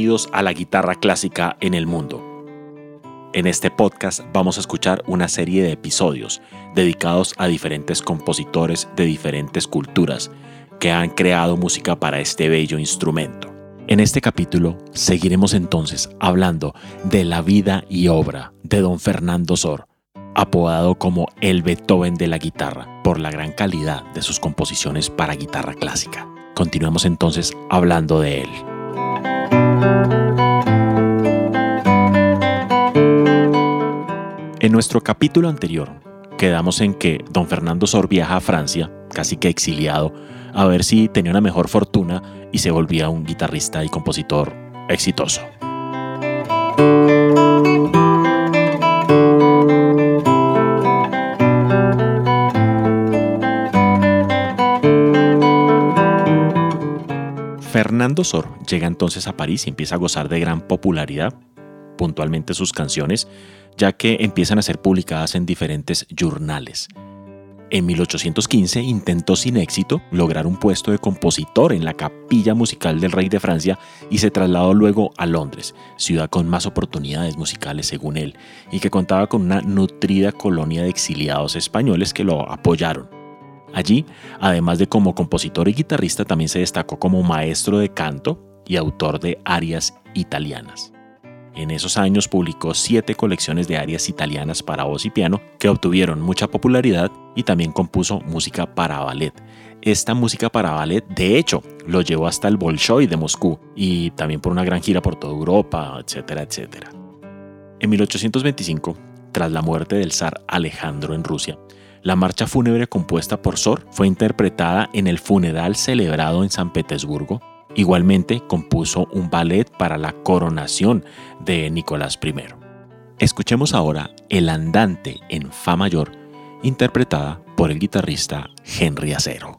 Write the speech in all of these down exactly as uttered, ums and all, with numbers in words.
Bienvenidos a la guitarra clásica en el mundo. En este podcast vamos a escuchar una serie de episodios dedicados a diferentes compositores de diferentes culturas que han creado música para este bello instrumento. En este capítulo seguiremos entonces hablando de la vida y obra de don Fernando Sor, apodado como el Beethoven de la guitarra, por la gran calidad de sus composiciones para guitarra clásica. Continuemos entonces hablando de él. En nuestro capítulo anterior quedamos en que don Fernando Sor viaja a Francia, casi que exiliado, a ver si tenía una mejor fortuna y se volvía un guitarrista y compositor exitoso. Fernando Sor llega entonces a París y empieza a gozar de gran popularidad, puntualmente sus canciones, ya que empiezan a ser publicadas en diferentes journales. En mil ochocientos quince intentó sin éxito lograr un puesto de compositor en la capilla musical del rey de Francia y se trasladó luego a Londres, ciudad con más oportunidades musicales según él, y que contaba con una nutrida colonia de exiliados españoles que lo apoyaron. Allí, además de como compositor y guitarrista, también se destacó como maestro de canto y autor de arias italianas. En esos años publicó siete colecciones de arias italianas para voz y piano que obtuvieron mucha popularidad y también compuso música para ballet. Esta música para ballet, de hecho, lo llevó hasta el Bolshoi de Moscú y también por una gran gira por toda Europa, etcétera, etcétera. En mil ochocientos veinticinco, tras la muerte del zar Alejandro en Rusia, la marcha fúnebre compuesta por Sor fue interpretada en el funeral celebrado en San Petersburgo. Igualmente compuso un ballet para la coronación de Nicolás primero. Escuchemos ahora El Andante en Fa mayor, interpretada por el guitarrista Henry Acero.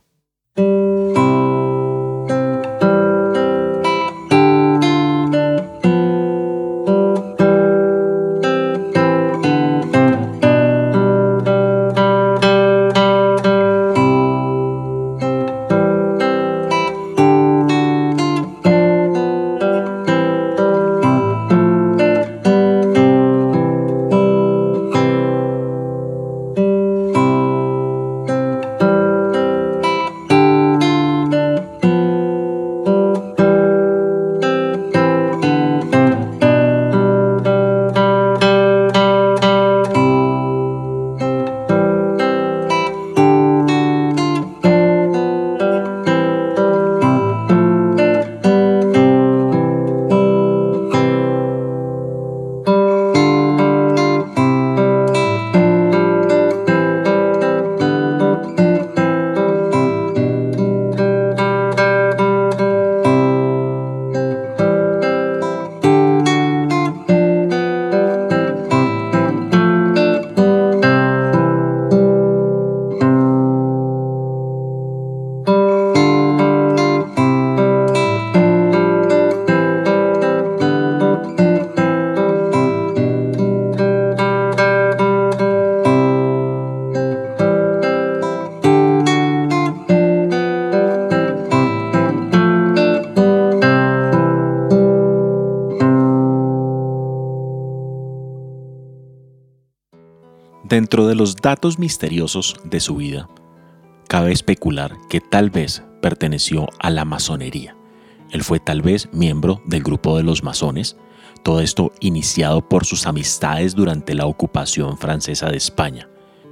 Dentro de los datos misteriosos de su vida, cabe especular que tal vez perteneció a la masonería. Él fue tal vez miembro del grupo de los masones, todo esto iniciado por sus amistades durante la ocupación francesa de España.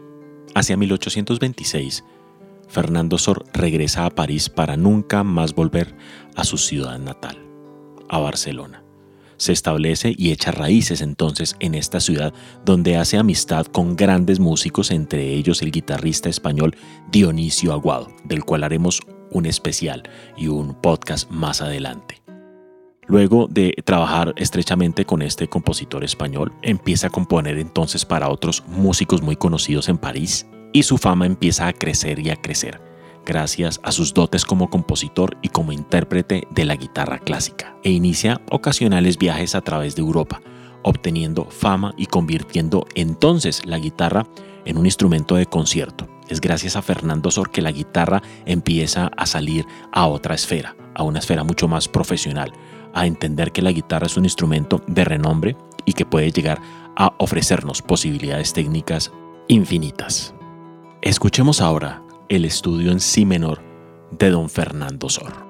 Hacia mil ochocientos veintiséis, Fernando Sor regresa a París para nunca más volver a su ciudad natal, a Barcelona. Se establece y echa raíces entonces en esta ciudad, donde hace amistad con grandes músicos, entre ellos el guitarrista español Dionisio Aguado, del cual haremos un especial y un podcast más adelante. Luego de trabajar estrechamente con este compositor español, empieza a componer entonces para otros músicos muy conocidos en París y su fama empieza a crecer y a crecer, gracias a sus dotes como compositor y como intérprete de la guitarra clásica, e inicia ocasionales viajes a través de Europa, obteniendo fama y convirtiendo entonces la guitarra en un instrumento de concierto. Es gracias a Fernando Sor que la guitarra empieza a salir a otra esfera, a una esfera mucho más profesional, a entender que la guitarra es un instrumento de renombre y que puede llegar a ofrecernos posibilidades técnicas infinitas. Escuchemos ahora el estudio en si menor de don Fernando Sor.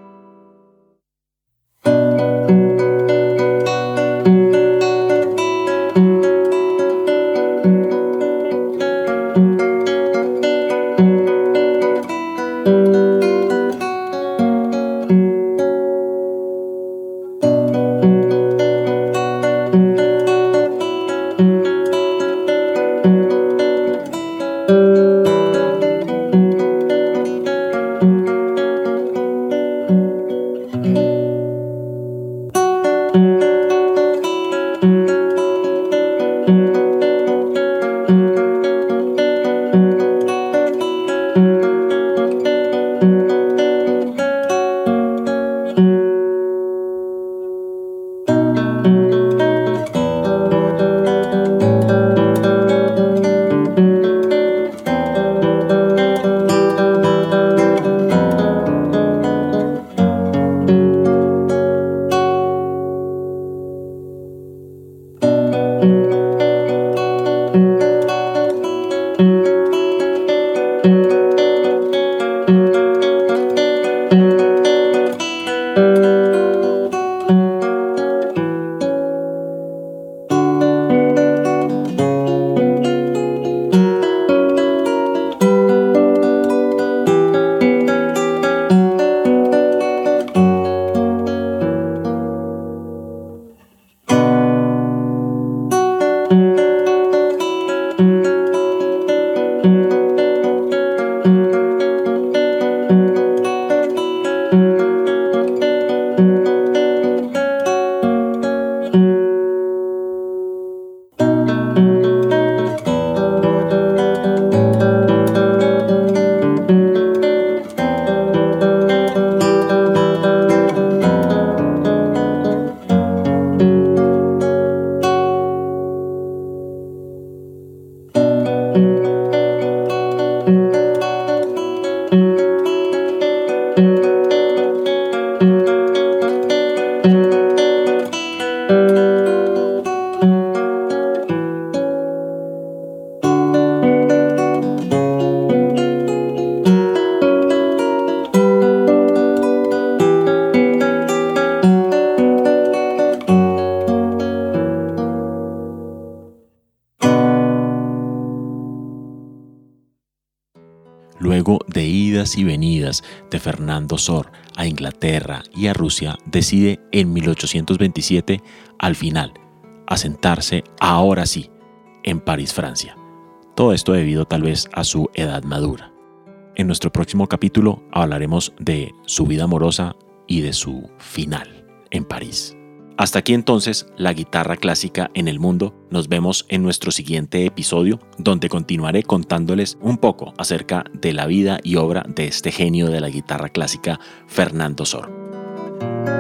Luego de idas y venidas de Fernando Sor a Inglaterra y a Rusia, decide en mil ochocientos veintisiete, al final, asentarse ahora sí en París, Francia. Todo esto debido tal vez a su edad madura. En nuestro próximo capítulo hablaremos de su vida amorosa y de su final en París. Hasta aquí entonces la guitarra clásica en el mundo. Nos vemos en nuestro siguiente episodio, donde continuaré contándoles un poco acerca de la vida y obra de este genio de la guitarra clásica, Fernando Sor.